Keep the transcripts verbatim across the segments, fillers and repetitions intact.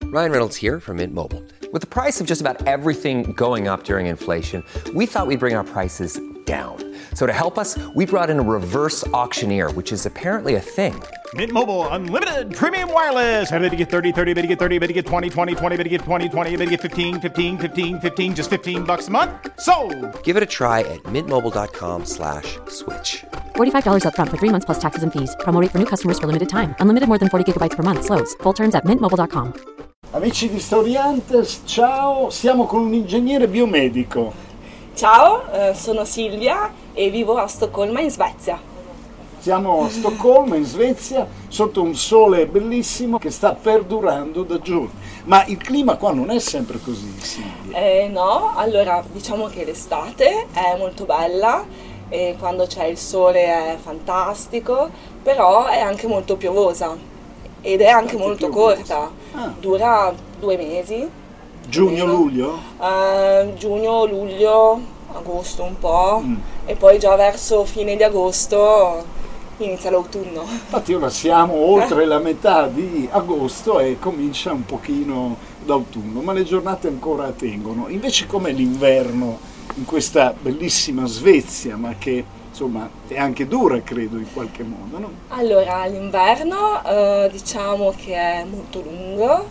Ryan Reynolds here from Mint Mobile. With the price of just about everything going up during inflation, we thought we'd bring our prices down. So to help us, we brought in a reverse auctioneer, which is apparently a thing. Mint Mobile Unlimited Premium Wireless. How to get thirty, thirty, how to get thirty, how to get twenty, twenty, twenty, how to get twenty, twenty, how to get fifteen, fifteen, fifteen, fifteen, just fifteen bucks a month? Sold! Give it a try at mintmobile.com slash switch. forty-five dollars up front for three months plus taxes and fees. Promo rate for new customers for limited time. Unlimited more than forty gigabytes per month. Slows full terms at mint mobile dot com. Amici di Storyhunters, ciao, siamo con un ingegnere biomedico. Ciao, eh, sono Silvia e vivo a Stoccolma in Svezia. Siamo a Stoccolma in Svezia sotto un sole bellissimo che sta perdurando da giorni. Ma il clima qua non è sempre così, Silvia? Eh, no, allora diciamo che l'estate è molto bella e quando c'è il sole è fantastico, però è anche molto piovosa ed è anche molto corta, ah. Dura due mesi. Giugno-luglio? Uh, giugno, luglio, agosto un po' mm. e poi già verso fine di agosto inizia l'autunno. Infatti ora siamo oltre la metà di agosto e comincia un pochino l'autunno, ma le giornate ancora tengono. Invece com'è l'inverno in questa bellissima Svezia, ma che insomma è anche dura, credo, in qualche modo, no? Allora, l'inverno eh, diciamo che è molto lungo.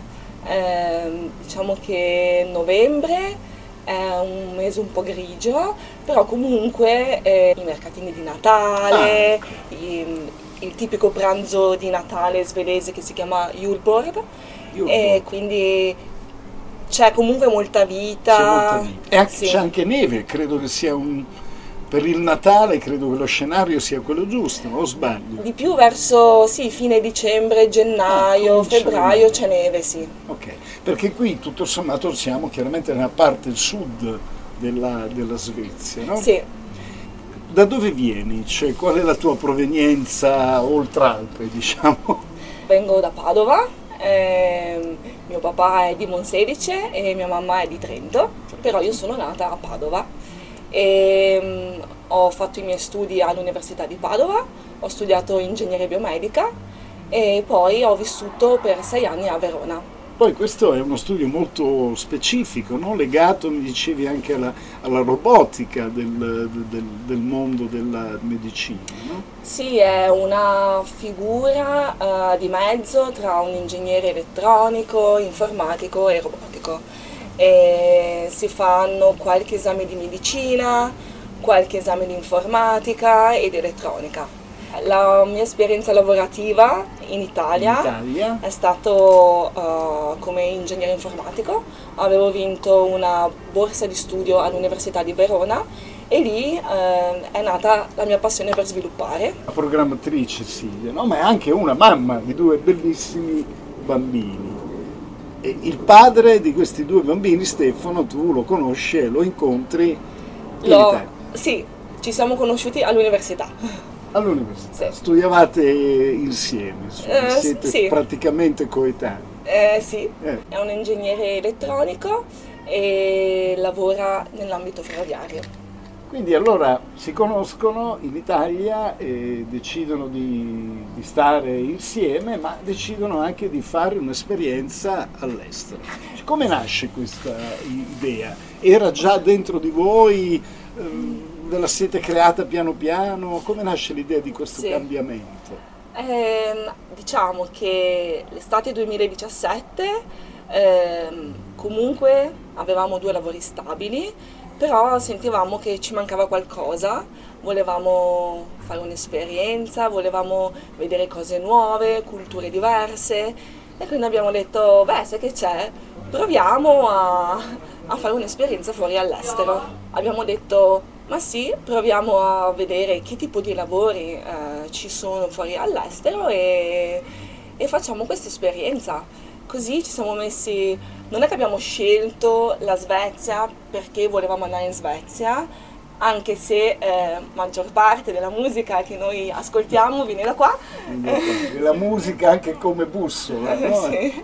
Eh, diciamo che novembre è un mese un po' grigio, però comunque eh, i mercatini di Natale, ah. il, il tipico pranzo di Natale svedese che si chiama Julbord, e quindi c'è comunque molta vita. C'è molta vita. E anche, sì. C'è anche neve, credo che sia un... Per il Natale credo che lo scenario sia quello giusto, o sbaglio? Di più verso sì, fine dicembre, gennaio, ah, febbraio c'è neve, sì. Ok, perché qui tutto sommato siamo chiaramente nella parte sud della, della Svezia, no? Sì. Da dove vieni? Cioè, qual è la tua provenienza oltre Alpe, diciamo? Vengo da Padova, eh, mio papà è di Monselice e mia mamma è di Trento, però io sono nata a Padova. E, um, ho fatto i miei studi all'Università di Padova, ho studiato ingegneria biomedica e poi ho vissuto per sei anni a Verona. Poi questo è uno studio molto specifico, no? Legato, mi dicevi, anche alla, alla robotica del, del, del mondo della medicina, no? Sì, è una figura uh, di mezzo tra un ingegnere elettronico, informatico e robotico. E si fanno qualche esame di medicina, qualche esame di informatica ed elettronica. La mia esperienza lavorativa in Italia, in Italia. è stato uh, come ingegnere informatico. Avevo vinto una borsa di studio all'Università di Verona e lì uh, è nata la mia passione per sviluppare. La programmatrice Silvia, no? Ma è anche una mamma di due bellissimi bambini. E il padre di questi due bambini, Stefano, tu lo conosci e lo incontri in lo, Italia? Sì, ci siamo conosciuti all'università. All'università? Sì. Studiavate insieme, eh, siete sì. praticamente coetanei? Eh, sì, eh. È un ingegnere elettronico e lavora nell'ambito ferroviario. Quindi allora si conoscono in Italia e decidono di, di stare insieme, ma decidono anche di fare un'esperienza all'estero. Come nasce questa idea? Era già dentro di voi? Ehm, ve la siete creata piano piano? Come nasce l'idea di questo sì. cambiamento? Eh, diciamo che l'estate duemiladiciassette eh, comunque avevamo due lavori stabili, però sentivamo che ci mancava qualcosa, volevamo fare un'esperienza, volevamo vedere cose nuove, culture diverse e quindi abbiamo detto, beh, sai che c'è, proviamo a, a fare un'esperienza fuori all'estero. Abbiamo detto, ma sì, proviamo a vedere che tipo di lavori eh, ci sono fuori all'estero e, e facciamo questa esperienza. Così ci siamo messi, non è che abbiamo scelto la Svezia perché volevamo andare in Svezia, anche se eh, maggior parte della musica che noi ascoltiamo viene da qua. E la musica anche come bussola, no? Sì.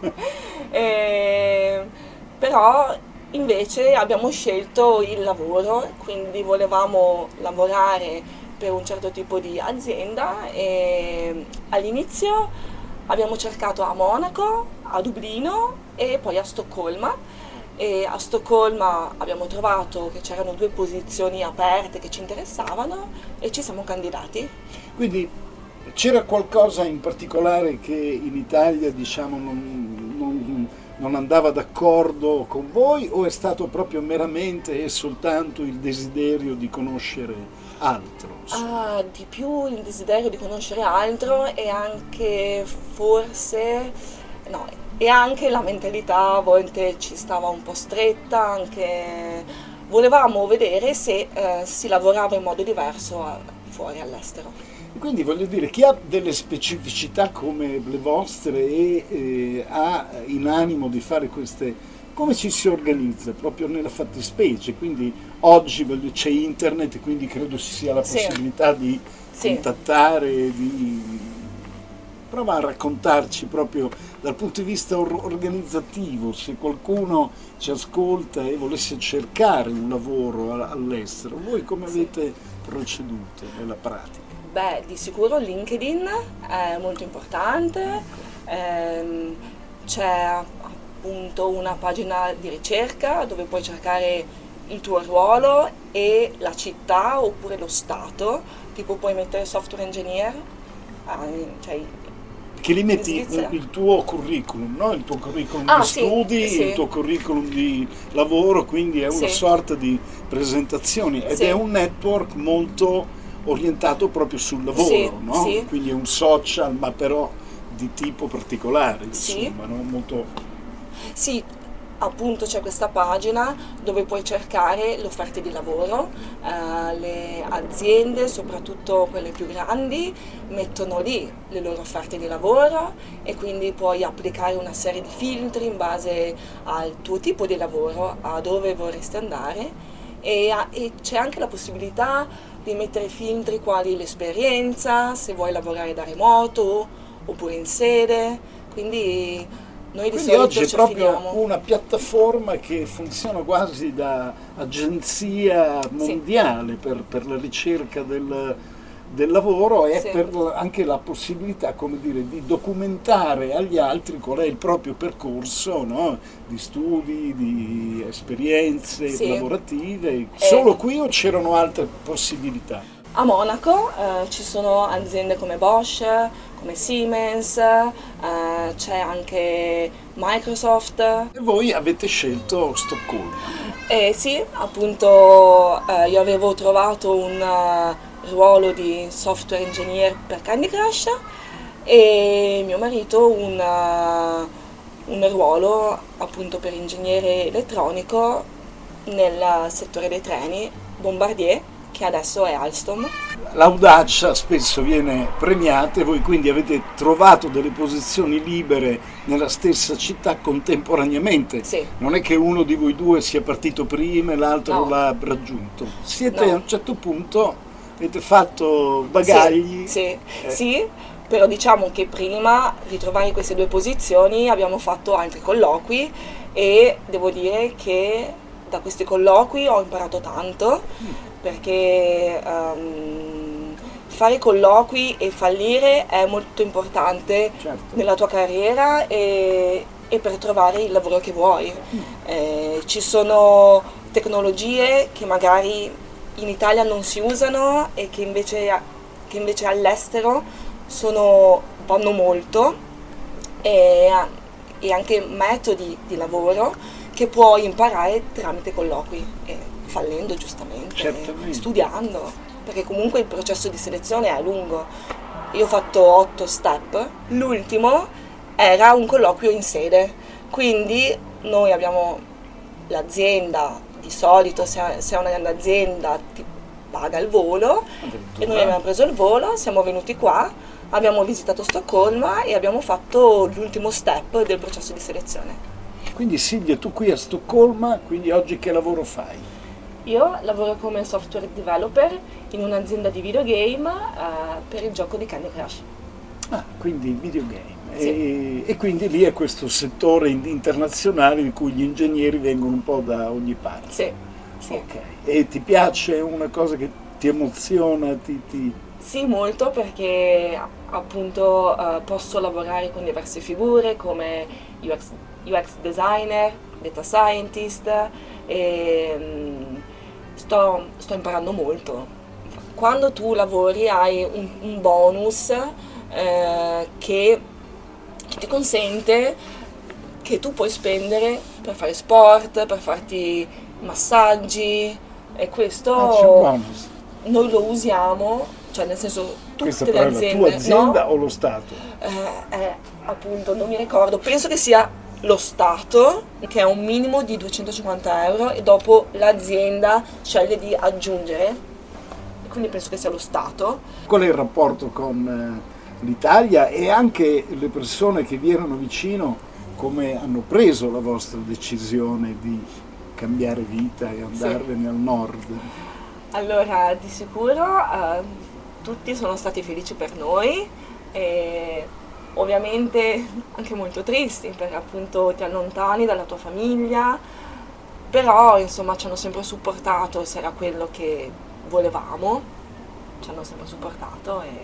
E, però invece abbiamo scelto il lavoro, quindi volevamo lavorare per un certo tipo di azienda e all'inizio abbiamo cercato a Monaco, a Dublino e poi a Stoccolma. E a Stoccolma abbiamo trovato che c'erano due posizioni aperte che ci interessavano e ci siamo candidati. Quindi c'era qualcosa in particolare che in Italia, diciamo, non, non, non andava d'accordo con voi, o è stato proprio meramente e soltanto il desiderio di conoscere altro? Ah, di più il desiderio di conoscere altro e anche forse no, e anche la mentalità a volte ci stava un po' stretta, anche volevamo vedere se eh, si lavorava in modo diverso a, fuori all'estero. Quindi voglio dire, chi ha delle specificità come le vostre e eh, ha in animo di fare queste, come ci si organizza proprio nella fattispecie? Quindi oggi voglio, c'è internet e quindi credo ci sia la Sì. possibilità di Sì. contattare, di... Prova a raccontarci proprio dal punto di vista or- organizzativo, se qualcuno ci ascolta e volesse cercare un lavoro a- all'estero, voi come avete proceduto nella pratica? Beh, di sicuro LinkedIn è molto importante, ehm, c'è appunto una pagina di ricerca dove puoi cercare il tuo ruolo e la città oppure lo stato, tipo puoi mettere software engineer, eh, cioè Che li metti in Svizzera. il tuo curriculum, no? Il tuo curriculum Ah, di sì, studi, sì. il tuo curriculum di lavoro, quindi è una Sì. sorta di presentazioni ed Sì. è un network molto orientato proprio sul lavoro, Sì, no? sì. Quindi è un social, ma però di tipo particolare, Sì. insomma, no? Molto... Sì, appunto c'è questa pagina dove puoi cercare le offerte di lavoro, eh, le aziende, soprattutto quelle più grandi, mettono lì le loro offerte di lavoro e quindi puoi applicare una serie di filtri in base al tuo tipo di lavoro, a dove vorresti andare e, a- e c'è anche la possibilità di mettere filtri quali l'esperienza, se vuoi lavorare da remoto oppure in sede, quindi noi di Quindi solito oggi è ci proprio affidiamo. una piattaforma che funziona quasi da agenzia mondiale per, per la ricerca del, del lavoro e Sì. per la- anche la possibilità, come dire, di documentare agli altri qual è il proprio percorso, no? Di studi, di esperienze Sì. lavorative. Solo qui o c'erano altre possibilità? A Monaco eh, ci sono aziende come Bosch, come Siemens, eh, c'è anche Microsoft. E voi avete scelto Stoccolma. E sì, appunto eh, io avevo trovato un eh, ruolo di software engineer per Candy Crush e mio marito un, eh, un ruolo appunto per ingegnere elettronico nel settore dei treni Bombardier, che adesso è Alstom. L'audacia spesso viene premiata e voi quindi avete trovato delle posizioni libere nella stessa città contemporaneamente. Sì. Non è che uno di voi due sia partito prima e l'altro No. l'ha raggiunto. Siete No. a un certo punto, avete fatto bagagli. Sì, sì, Eh. sì, però diciamo che prima di trovare queste due posizioni abbiamo fatto altri colloqui e devo dire che da questi colloqui ho imparato tanto perché ehm, fare colloqui e fallire è molto importante Certo. nella tua carriera e, e per trovare il lavoro che vuoi. Eh, ci sono tecnologie che magari in Italia non si usano e che invece, che invece all'estero sono, vanno molto e, e anche metodi di lavoro che puoi imparare tramite colloqui, e fallendo giustamente, Certamente. studiando, perché comunque il processo di selezione è lungo. Io ho fatto otto step, l'ultimo era un colloquio in sede, quindi noi abbiamo l'azienda, di solito se se è una grande azienda ti paga il volo e noi abbiamo preso il volo, siamo venuti qua, abbiamo visitato Stoccolma e abbiamo fatto l'ultimo step del processo di selezione. Quindi Silvia, tu qui a Stoccolma, quindi oggi che lavoro fai? Io lavoro come software developer in un'azienda di videogame eh, per il gioco di Candy Crush. Ah, quindi videogame. Sì. E, e quindi lì è questo settore in- internazionale in cui gli ingegneri vengono un po' da ogni parte. Sì, sì. Ok. E ti piace, è una cosa che ti emoziona, ti, ti, Sì, molto, perché appunto eh, posso lavorare con diverse figure come U X, U X designer, data scientist e mm, sto, sto imparando molto. Quando tu lavori hai un, un bonus eh, che, che ti consente, che tu puoi spendere per fare sport, per farti massaggi, e questo Ah, c'è un bonus. noi lo usiamo, cioè nel senso Questa tutte le però è la aziende, tua azienda no? o lo Stato? Eh, eh, appunto non mi ricordo, penso che sia lo Stato, che è un minimo di duecentocinquanta euro, e dopo l'azienda sceglie di aggiungere, e quindi penso che sia lo Stato. Qual è il rapporto con eh, l'Italia e anche le persone che vi erano vicino, come hanno preso la vostra decisione di cambiare vita e andarvene al nord? Allora, di sicuro eh, tutti sono stati felici per noi, e ovviamente anche molto tristi, perché appunto ti allontani dalla tua famiglia, però insomma ci hanno sempre supportato, se era quello che volevamo, ci hanno sempre supportato e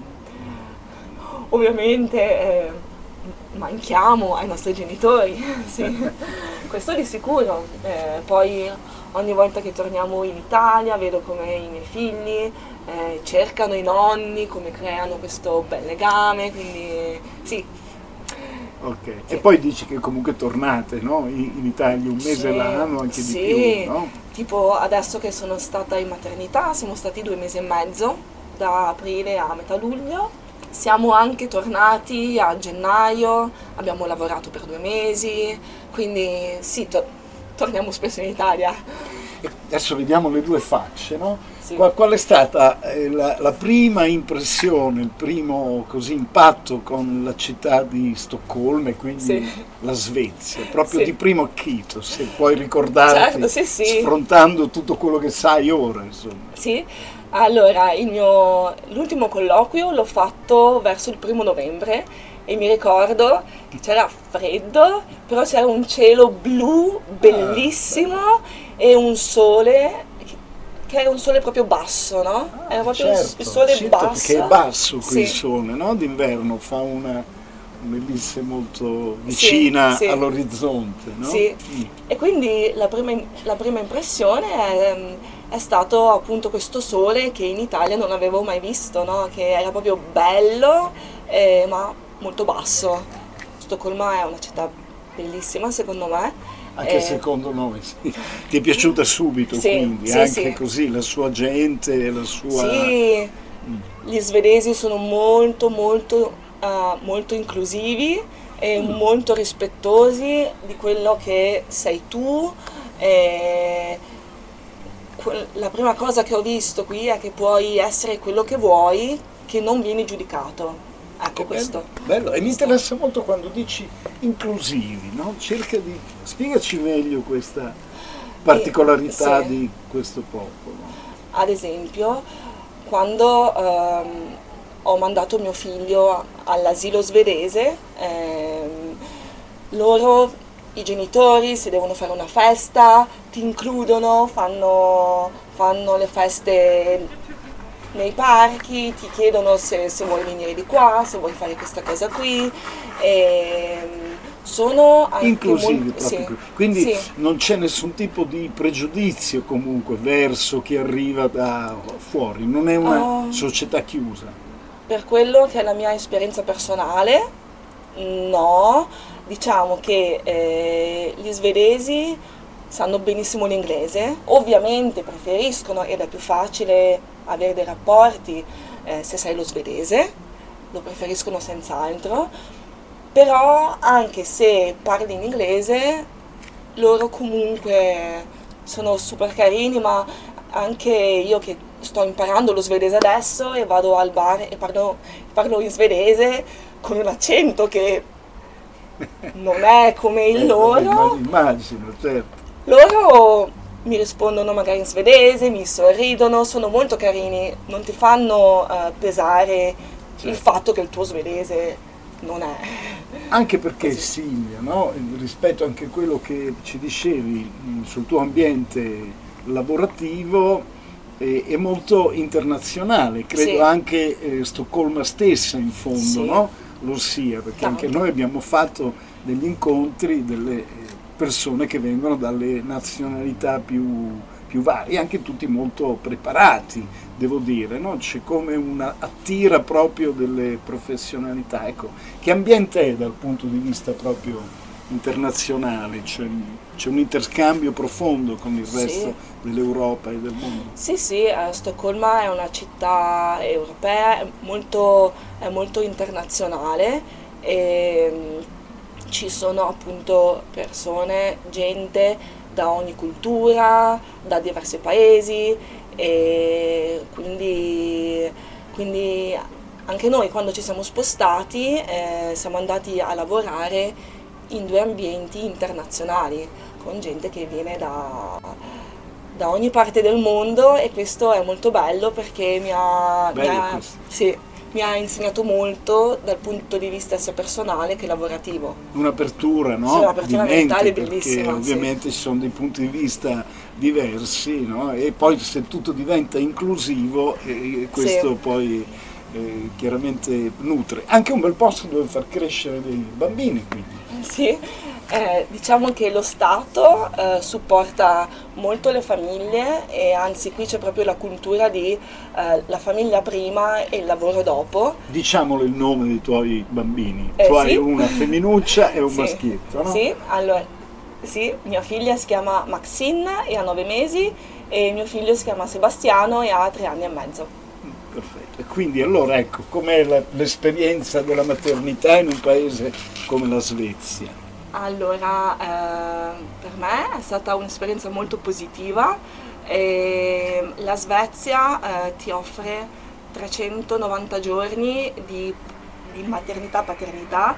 ovviamente eh, manchiamo ai nostri genitori, sì, questo di sicuro. Eh, poi ogni volta che torniamo in Italia vedo come i miei figli eh, cercano i nonni, come creano questo bel legame, quindi sì. Ok, Sì. E poi dici che comunque tornate, no? in, in Italia un mese Sì, l'anno, anche sì. di più, no? Tipo adesso che sono stata in maternità, siamo stati due mesi e mezzo, da aprile a metà luglio. Siamo anche tornati a gennaio, abbiamo lavorato per due mesi, quindi sì, to- torniamo spesso in Italia. E adesso vediamo le due facce, no? Sì. Qual, qual è stata eh, la, la prima impressione, il primo così impatto con la città di Stoccolma e quindi Sì. la Svezia, proprio Sì. di primo acchito, se puoi ricordarti, Certo, sì, sì. sfrontando tutto quello che sai ora, insomma. Sì, allora il mio, l'ultimo colloquio l'ho fatto verso il primo novembre e mi ricordo che c'era freddo, però c'era un cielo blu bellissimo e un sole che- che era un sole proprio basso, no? Era proprio il- Certo, il sole certo, basso. perché è basso qui il Sì. sole, no? D'inverno fa una un'ellisse molto vicina sì. all'orizzonte, no? Sì, Mm. e quindi la prima, la prima impressione è, è stato appunto questo sole che in Italia non avevo mai visto, no? Che era proprio bello, eh, ma molto basso. Stoccolma è una città bellissima secondo me. Anche eh, secondo noi, sì. Ti è piaciuta subito, Sì, quindi, sì, anche sì. così, la sua gente, la sua... Sì, gli svedesi sono molto molto eh, molto inclusivi e molto rispettosi di quello che sei tu. E que- la prima cosa che ho visto qui è che puoi essere quello che vuoi, che non vieni giudicato. Ecco questo. Bello, bello. E mi interessa molto quando dici inclusivi, no? Cerca di... Spiegaci meglio questa particolarità Eh, sì. di questo popolo. Ad esempio, quando ehm, ho mandato mio figlio all'asilo svedese, ehm, loro, i genitori, se devono fare una festa, ti includono, fanno, fanno le feste nei parchi, ti chiedono se, se vuoi venire di qua, se vuoi fare questa cosa qui. ehm, sono anche Inclusivi molto- proprio. sì, Quindi sì. non c'è nessun tipo di pregiudizio comunque verso chi arriva da fuori, non è una Oh. società chiusa. Per quello che è la mia esperienza personale, no, diciamo che eh, gli svedesi sanno benissimo l'inglese, ovviamente preferiscono, ed è più facile avere dei rapporti eh, se sei lo svedese, lo preferiscono senz'altro, però anche se parli in inglese, loro comunque sono super carini, ma anche io che sto imparando lo svedese adesso e vado al bar e parlo, parlo in svedese con un accento che non è come il Eh, loro, Immagino, certo. loro mi rispondono magari in svedese, mi sorridono, sono molto carini, non ti fanno eh, pesare il fatto che il tuo svedese non è. Anche perché Silvia, no? Rispetto anche a quello che ci dicevi mh, sul tuo ambiente lavorativo, è, è molto internazionale, credo Sì. anche eh, Stoccolma stessa in fondo, Sì. no? Lo sia, perché Tanto. anche noi abbiamo fatto degli incontri delle persone che vengono dalle nazionalità più, più varie, anche tutti molto preparati, devo dire, no? C'è come una attira proprio delle professionalità. Ecco, che ambiente è dal punto di vista proprio internazionale? C'è, c'è un interscambio profondo con il Sì. resto dell'Europa e del mondo? Sì, sì, eh, Stoccolma è una città europea, è molto, è molto internazionale e mm, ci sono appunto persone, gente da ogni cultura, da diversi paesi e quindi, quindi anche noi quando ci siamo spostati eh, siamo andati a lavorare in due ambienti internazionali con gente che viene da, da ogni parte del mondo e questo è molto bello perché mi ha, mi Bello ha- questo. sì, mi ha insegnato molto dal punto di vista sia personale che lavorativo. Un'apertura, no? Sì, un'apertura di mente, mentale perché bellissima, sì. ovviamente ci sono dei punti di vista diversi, no? E poi se tutto diventa inclusivo, eh, questo Sì. poi eh, chiaramente nutre. Anche un bel posto dove far crescere dei bambini, quindi. Sì, eh, diciamo che lo Stato eh, supporta molto le famiglie e anzi qui c'è proprio la cultura di eh, la famiglia prima e il lavoro dopo. Diciamolo il nome dei tuoi bambini. Eh, tu hai sì. una femminuccia e un Sì, maschietto, no? Sì, allora, sì, mia figlia si chiama Maxine e ha nove mesi e mio figlio si chiama Sebastiano e ha tre anni e mezzo. Perfetto. E quindi allora ecco, com'è la- l'esperienza della maternità in un paese come la Svezia? Allora, eh, per me è stata un'esperienza molto positiva. E la Svezia eh, ti offre trecentonovanta giorni di, di maternità-paternità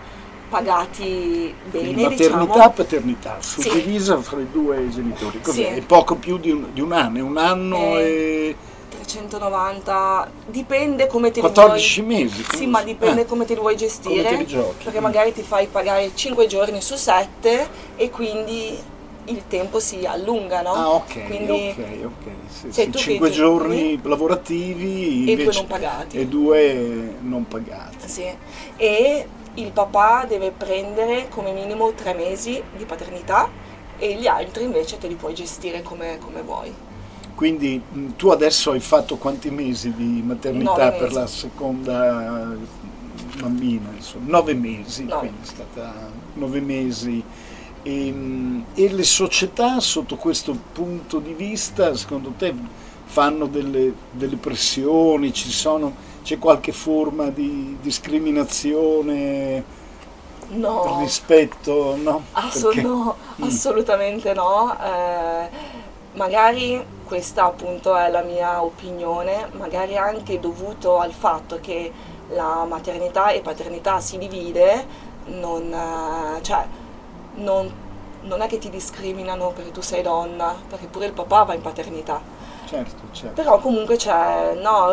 pagati bene, Quindi maternità, diciamo. paternità, Sì. suddivisa fra i due genitori. Cos'è? Sì. È poco più di un, di un anno, è un anno Eh, e trecentonovanta, dipende come te li quattordici vuoi. mesi. Sì, ma dipende Eh, come te li vuoi gestire, come te li giochi. perché Mm. magari ti fai pagare cinque giorni su sette e quindi il tempo si allunga, no? Ah, ok, Quindi ok, ok. Sì, sei sì, tu che cinque ti- giorni lavorativi E due invece- non pagati. E due non pagati. sì. E il papà deve prendere come minimo tre mesi di paternità e gli altri invece te li puoi gestire come, come vuoi. Quindi mh, tu adesso hai fatto quanti mesi di maternità Nove per mesi. la seconda bambina? Insomma, nove mesi, Nove. quindi è stata nove mesi. E, mh, e le società sotto questo punto di vista, secondo te, fanno delle, delle pressioni? Ci sono, c'è qualche forma di discriminazione No. rispetto? No? Asso- Perché- no, Mm. assolutamente no. Eh, magari questa appunto è la mia opinione, magari anche dovuto al fatto che la maternità e paternità si divide, non, eh, cioè, non, non è che ti discriminano perché tu sei donna, perché pure il papà va in paternità. Certo, certo. Però comunque c'è, no,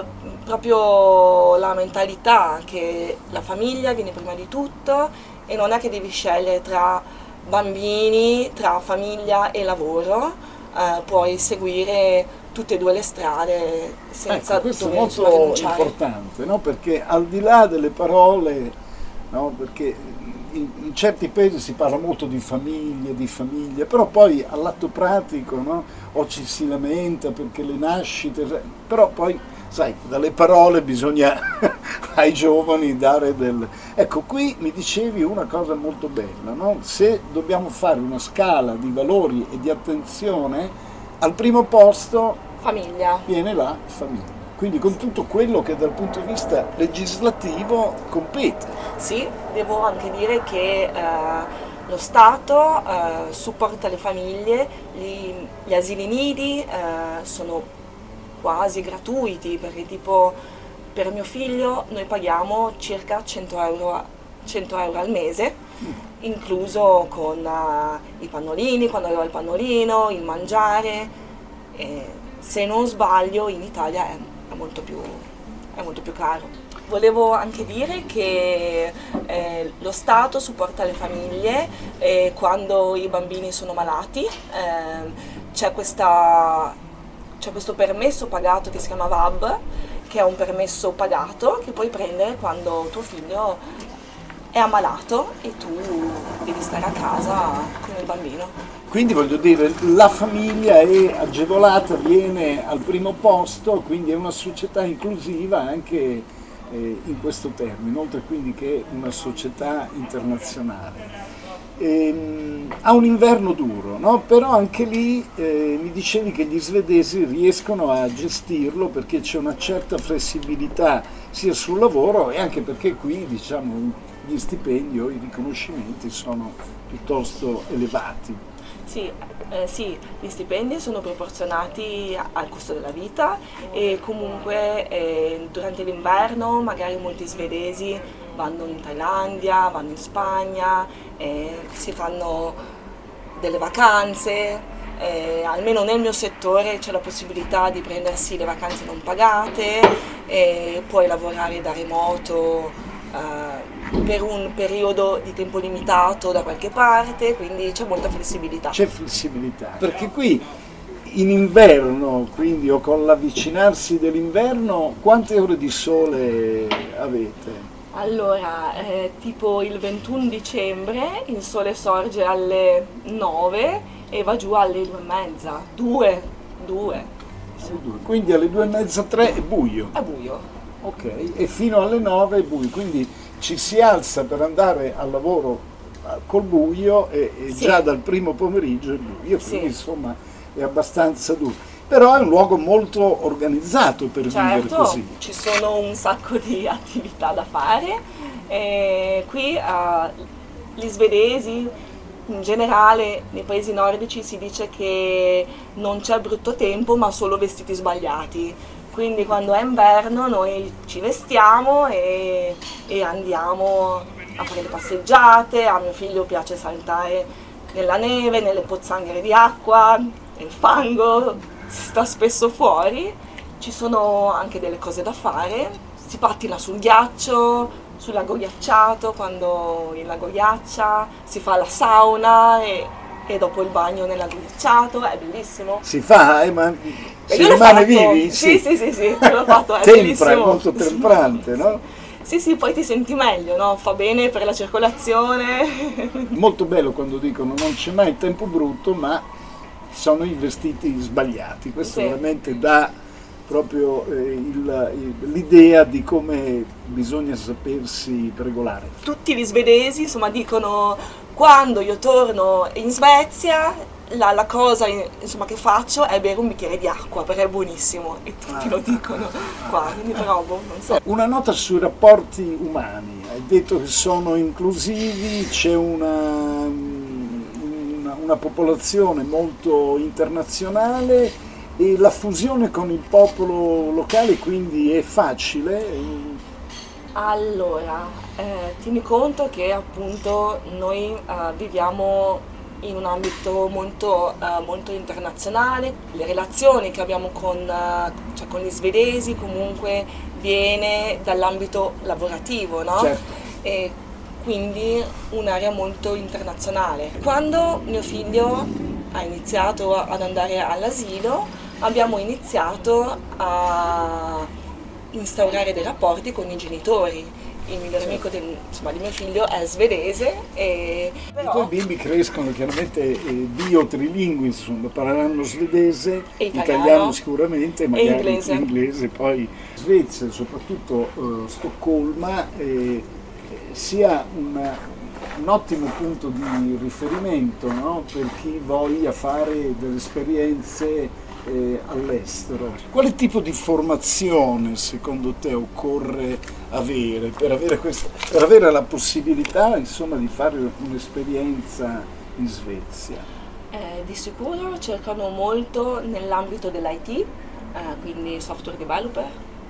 proprio la mentalità che la famiglia viene prima di tutto e non è che devi scegliere tra bambini, tra famiglia e lavoro, eh, puoi seguire tutte e due le strade senza Ecco, questo è dover molto rinunciare. importante, no? Perché al di là delle parole, no? Perché in, in certi paesi si parla molto di famiglie, di famiglie, però poi all'atto pratico, no? O ci si lamenta perché le nascite, però poi, sai, dalle parole bisogna ai giovani dare del... Ecco, qui mi dicevi una cosa molto bella, no? Se dobbiamo fare una scala di valori e di attenzione, al primo posto Famiglia. viene la famiglia, quindi con tutto quello che dal punto di vista legislativo compete. Sì, devo anche dire che eh, lo Stato eh, supporta le famiglie, gli, gli asili nidi eh, sono quasi gratuiti perché tipo per mio figlio noi paghiamo circa cento euro, a- cento euro al mese, incluso con eh, i pannolini, quando arriva il pannolino, il mangiare. E se non sbaglio in Italia è, è molto più, è molto più caro. Volevo anche dire che eh, lo Stato supporta le famiglie eh, quando i bambini sono malati, eh, c'è questa c'è questo permesso pagato che si chiama V A B, che è un permesso pagato che puoi prendere quando tuo figlio è ammalato e tu devi stare a casa con il bambino. Quindi voglio dire, la famiglia è agevolata, viene al primo posto, quindi è una società inclusiva anche eh, in questo termine, oltre quindi che una società internazionale. Ehm, ha un inverno duro, no? Però anche lì eh, mi dicevi che gli svedesi riescono a gestirlo perché c'è una certa flessibilità sia sul lavoro e anche perché qui, diciamo, gli stipendi o i riconoscimenti sono piuttosto elevati. Sì, eh, sì, gli stipendi sono proporzionati al costo della vita e comunque eh, durante l'inverno magari molti svedesi vanno in Thailandia, vanno in Spagna, eh, si fanno delle vacanze, eh, almeno nel mio settore c'è la possibilità di prendersi le vacanze non pagate, e puoi lavorare da remoto eh, per un periodo di tempo limitato da qualche parte, quindi c'è molta flessibilità. C'è flessibilità, perché qui in inverno, quindi o con l'avvicinarsi dell'inverno, quante ore di sole avete? Allora, eh, tipo il ventuno dicembre il sole sorge alle nove e va giù alle due e mezza, due, due. Quindi alle due e mezza, tre è buio. È buio. Ok, e fino alle nove è buio, quindi ci si alza per andare al lavoro col buio e, e Sì. già dal primo pomeriggio è buio, Sì. quindi insomma è abbastanza duro. Però è un luogo molto organizzato per vivere Certo, così. ci sono un sacco di attività da fare. E qui eh, gli svedesi, in generale nei paesi nordici si dice che non c'è brutto tempo ma solo vestiti sbagliati. Quindi quando è inverno noi ci vestiamo e, e andiamo a fare le passeggiate. A mio figlio piace saltare nella neve, nelle pozzanghere di acqua, nel fango. Si sta spesso fuori, ci sono anche delle cose da fare, si pattina sul ghiaccio, sul lago ghiacciato, quando il lago ghiaccia, si fa la sauna e, e dopo il bagno nel lago ghiacciato, è bellissimo. Si fa, eh, ma E si io l'ho rimane fatto. vivi? Sì, sì, sì, sì, l'ho fatto, è Tempra, bellissimo. è molto temprante, no? Sì, sì, poi ti senti meglio, no? Fa bene per la circolazione. Molto bello quando dicono non c'è mai tempo brutto, ma sono i vestiti sbagliati. Questo Sì. veramente dà proprio eh, il- il- l'idea di come bisogna sapersi regolare. Tutti gli svedesi, insomma, dicono quando io torno in Svezia la, la cosa insomma, che faccio è bere un bicchiere di acqua perché è buonissimo e tutti lo dicono qua, quindi però boh, non so. Una nota sui rapporti umani. Hai detto che sono inclusivi, c'è una, una, una popolazione molto internazionale e la fusione con il popolo locale quindi è facile. Allora, eh, tieni conto che appunto noi eh, viviamo in un ambito molto, eh, molto internazionale, le relazioni che abbiamo con, eh, cioè con gli svedesi comunque viene dall'ambito lavorativo, no? Certo. E quindi un'area molto internazionale. Quando mio figlio ha iniziato ad andare all'asilo, abbiamo iniziato a instaurare dei rapporti con i genitori. Il migliore amico del, insomma, di mio figlio è svedese e I però tuoi bimbi crescono chiaramente eh, bio-trilingui, insomma, parleranno svedese, E italiano. italiano sicuramente, magari inglese. inglese, poi Svezia, soprattutto eh, Stoccolma, eh, sia una- un ottimo punto di riferimento, no? Per chi voglia fare delle esperienze eh, all'estero. Quale tipo di formazione secondo te occorre avere per avere, questa, per avere la possibilità insomma, di fare un'esperienza in Svezia? Eh, di sicuro cercano molto nell'ambito dell'I T, eh, quindi software developer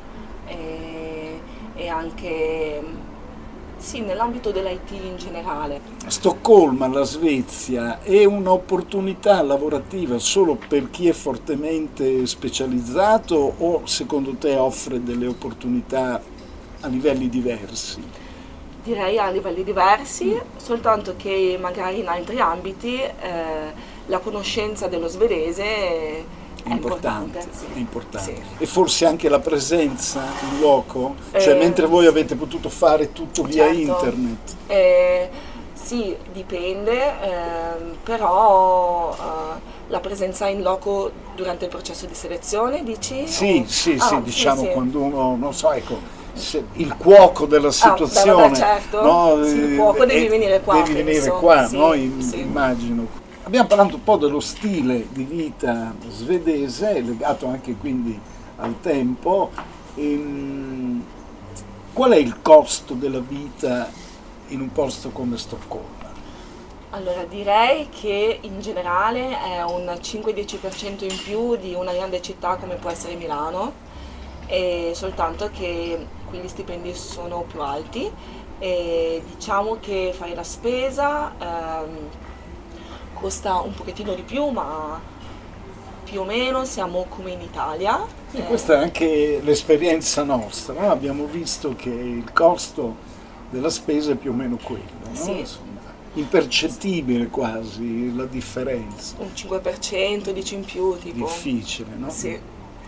e, e anche sì, nell'ambito dell'I T in generale. Stoccolma, la Svezia, è un'opportunità lavorativa solo per chi è fortemente specializzato o secondo te offre delle opportunità a livelli diversi? Direi a livelli diversi, soltanto che magari in altri ambiti eh, la conoscenza dello svedese è importante, importante, sì. è importante. Sì. E forse anche la presenza in loco, cioè Eh, mentre voi avete potuto fare tutto via certo. internet. Eh, sì, dipende, ehm, però eh, la presenza in loco durante il processo di selezione, dici? Sì, O- sì, Ah, sì, diciamo sì. quando uno, non so, ecco, se- il cuoco della Ah, situazione, beh, vabbè, certo. no? Sì, il Eh, cuoco devi eh, venire qua, devi venire penso. qua, Sì, no? In- sì. Immagino. Abbiamo parlato un po' dello stile di vita svedese, legato anche quindi al tempo. Ehm, qual è il costo della vita in un posto come Stoccolma? Allora, direi che in generale è un cinque-dieci per cento in più di una grande città come può essere Milano, e soltanto che qui gli stipendi sono più alti e diciamo che fare la spesa ehm, costa un pochettino di più, ma più o meno siamo come in Italia. E Eh, questa è anche l'esperienza nostra, no? Abbiamo visto che il costo della spesa è più o meno quello, no? Sì. Insomma, impercettibile quasi la differenza, un cinque per cento dici in più, tipo. difficile, no? Sì.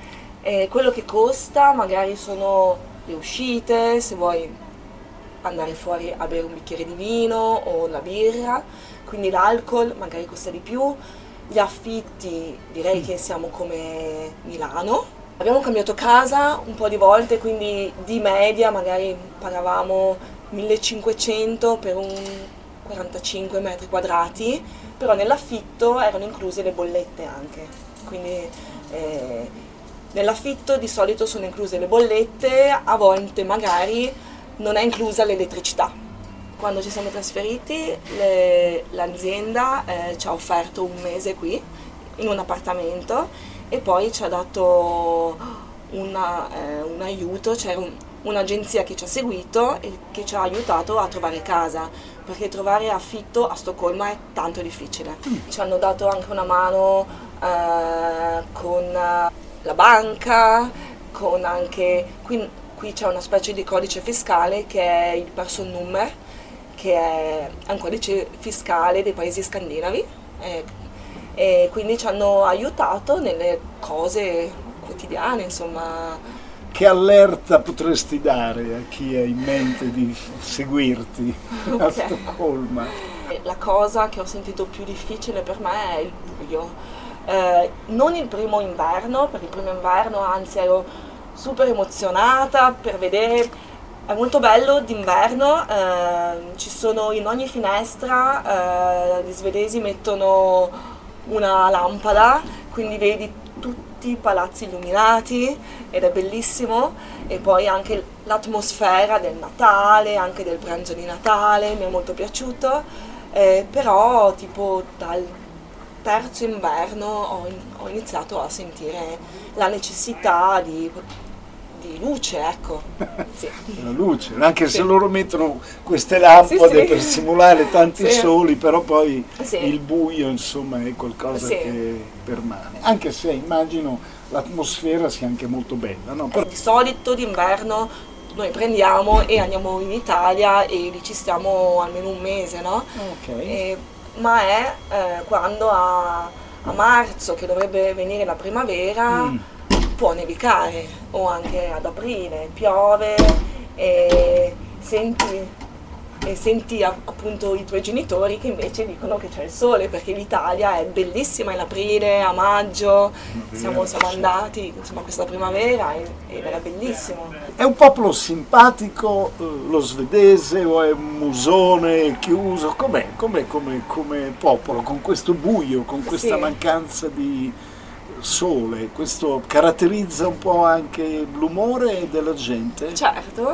E quello che costa magari sono le uscite, se vuoi andare fuori a bere un bicchiere di vino o la birra, quindi l'alcol magari costa di più. Gli affitti direi che siamo come Milano. Abbiamo cambiato casa un po' di volte, quindi di media magari pagavamo millecinquecento per un quarantacinque metri quadrati, però nell'affitto erano incluse le bollette anche, quindi eh, nell'affitto di solito sono incluse le bollette, a volte magari non è inclusa l'elettricità. Quando ci siamo trasferiti le- l'azienda eh, ci ha offerto un mese qui in un appartamento e poi ci ha dato una, eh, un aiuto, c'era un- un'agenzia che ci ha seguito e che ci ha aiutato a trovare casa, perché trovare affitto a Stoccolma è tanto difficile. Ci hanno dato anche una mano eh, con eh, la banca, con anche qui, qui c'è una specie di codice fiscale che è il personnummer, che è un codice fiscale dei paesi scandinavi, e, e quindi ci hanno aiutato nelle cose quotidiane, insomma. Che allerta potresti dare a chi ha in mente di f- seguirti a Ok. Stoccolma? La cosa che ho sentito più difficile per me è il buio. Eh, non il primo inverno, perché il primo inverno anzi ero super emozionata per vedere. È molto bello d'inverno, eh, ci sono in ogni finestra, eh, gli svedesi mettono una lampada, quindi vedi tutti i palazzi illuminati ed è bellissimo, e poi anche l'atmosfera del Natale, anche del pranzo di Natale, mi è molto piaciuto, eh, però tipo dal terzo inverno ho, ho iniziato a sentire la necessità di di luce, ecco. Sì. La luce, anche se Sì. loro mettono queste lampade Sì, sì. per simulare tanti Sì. soli, però poi Sì. il buio insomma è qualcosa Sì. che permane, anche se immagino l'atmosfera sia anche molto bella, no? Però- Di solito d'inverno noi prendiamo e andiamo in Italia e lì ci stiamo almeno un mese, no? Ok. E- ma è eh, quando a, a marzo, che dovrebbe venire la primavera, Mm. può nevicare, o anche ad aprile, piove e senti, e senti a- appunto i tuoi genitori che invece dicono che c'è il sole, perché l'Italia è bellissima in aprile, a maggio, siamo, siamo sì. andati insomma questa primavera e- ed era bellissimo. È un popolo simpatico eh, lo svedese o è un musone chiuso? Com'è? Com'è come, come popolo, con questo buio, con questa Sì. mancanza di sole? Questo caratterizza un po' anche l'umore della gente? Certo,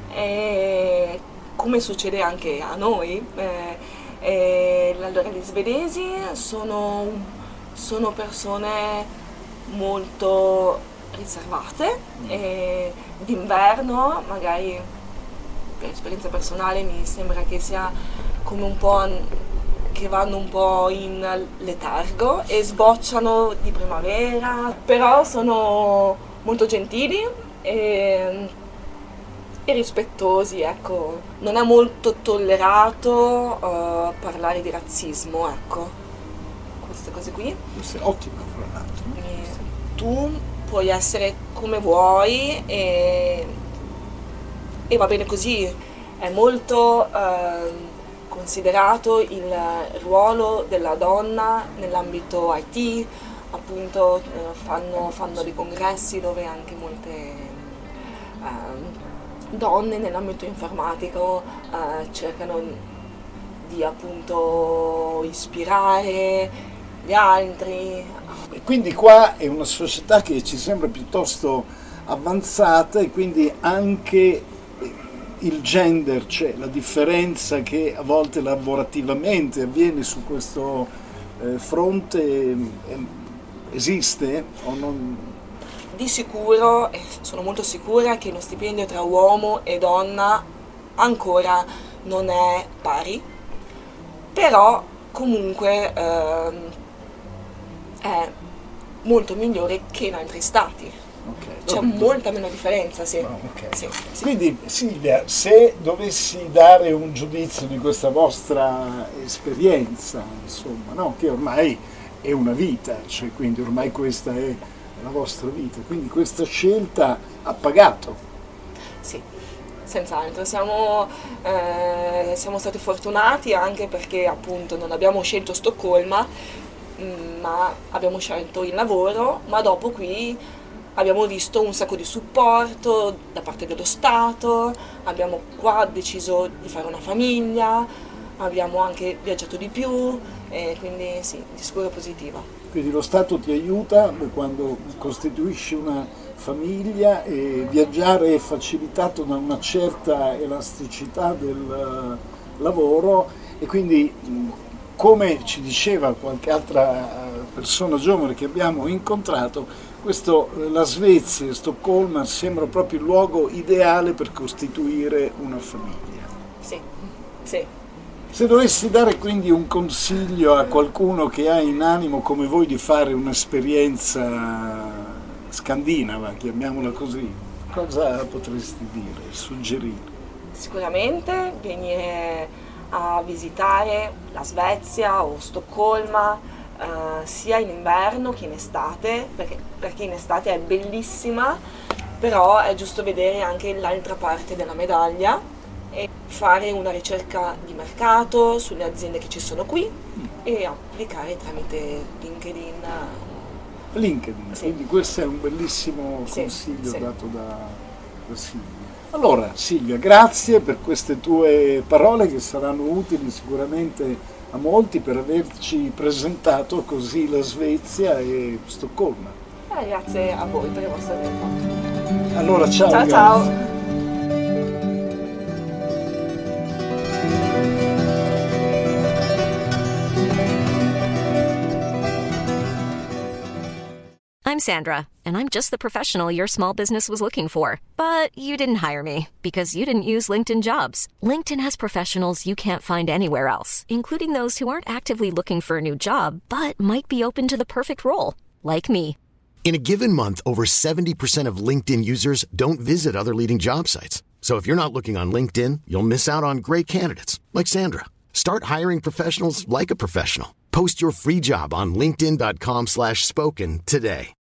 e come succede anche a noi, eh, eh, allora gli svedesi sono, sono persone molto riservate, e d'inverno magari per esperienza personale mi sembra che sia come un po' an- che vanno un po' in letargo e sbocciano di primavera, però sono molto gentili e, e rispettosi, ecco. Non è molto tollerato eh, parlare di razzismo, ecco. queste cose qui. Questo è ottimo, fra l'altro. E tu puoi essere come vuoi e, e va bene così. È molto eh, considerato il ruolo della donna nell'ambito I T, appunto eh, fanno, fanno dei congressi dove anche molte eh, donne nell'ambito informatico eh, cercano di appunto ispirare gli altri. E quindi qua è una società che ci sembra piuttosto avanzata e quindi anche il gender, cioè la differenza che a volte lavorativamente avviene su questo eh, fronte eh, esiste o non? Di sicuro, e sono molto sicura che lo stipendio tra uomo e donna ancora non è pari, però comunque ehm, è molto migliore che in altri stati. Okay. C'è Dove- molta meno differenza, sì. Ah, ok. Sì, sì. Quindi Silvia, se dovessi dare un giudizio di questa vostra esperienza, insomma, no? Che ormai è una vita, cioè quindi ormai questa è la vostra vita, quindi questa scelta ha pagato. Sì, senz'altro. Siamo, eh, siamo stati fortunati anche perché appunto non abbiamo scelto Stoccolma, mh, ma abbiamo scelto il lavoro, ma dopo qui abbiamo visto un sacco di supporto da parte dello Stato, abbiamo qua deciso di fare una famiglia, abbiamo anche viaggiato di più, e quindi sì, di sicuro positiva. Quindi lo Stato ti aiuta quando costituisci una famiglia e viaggiare è facilitato da una certa elasticità del lavoro e quindi, come ci diceva qualche altra persona giovane che abbiamo incontrato, questo, la Svezia e Stoccolma sembra proprio il luogo ideale per costituire una famiglia. Sì, sì. Se dovessi dare quindi un consiglio a qualcuno che ha in animo come voi di fare un'esperienza scandinava, chiamiamola così, cosa potresti dire, suggerire? Sicuramente venire a visitare la Svezia o Stoccolma eh, sia in inverno che in estate, perché, perché in estate è bellissima, però è giusto vedere anche l'altra parte della medaglia e fare una ricerca di mercato sulle aziende che ci sono qui e applicare tramite LinkedIn. LinkedIn, Sì. quindi questo è un bellissimo Sì, consiglio sì. dato da, da Silvia. Allora Silvia, grazie per queste tue parole che saranno utili sicuramente a molti per averci presentato così la Svezia e Stoccolma. Eh, grazie a voi per il vostro tempo. Allora ciao. Ciao grazie. ciao! I'm Sandra, and I'm just the professional your small business was looking for. But you didn't hire me because you didn't use LinkedIn Jobs. LinkedIn has professionals you can't find anywhere else, including those who aren't actively looking for a new job, but might be open to the perfect role, like me. In a given month, over seventy percent of LinkedIn users don't visit other leading job sites. So if you're not looking on LinkedIn, you'll miss out on great candidates like Sandra. Start hiring professionals like a professional. Post your free job on linkedin dot com slash spoken today.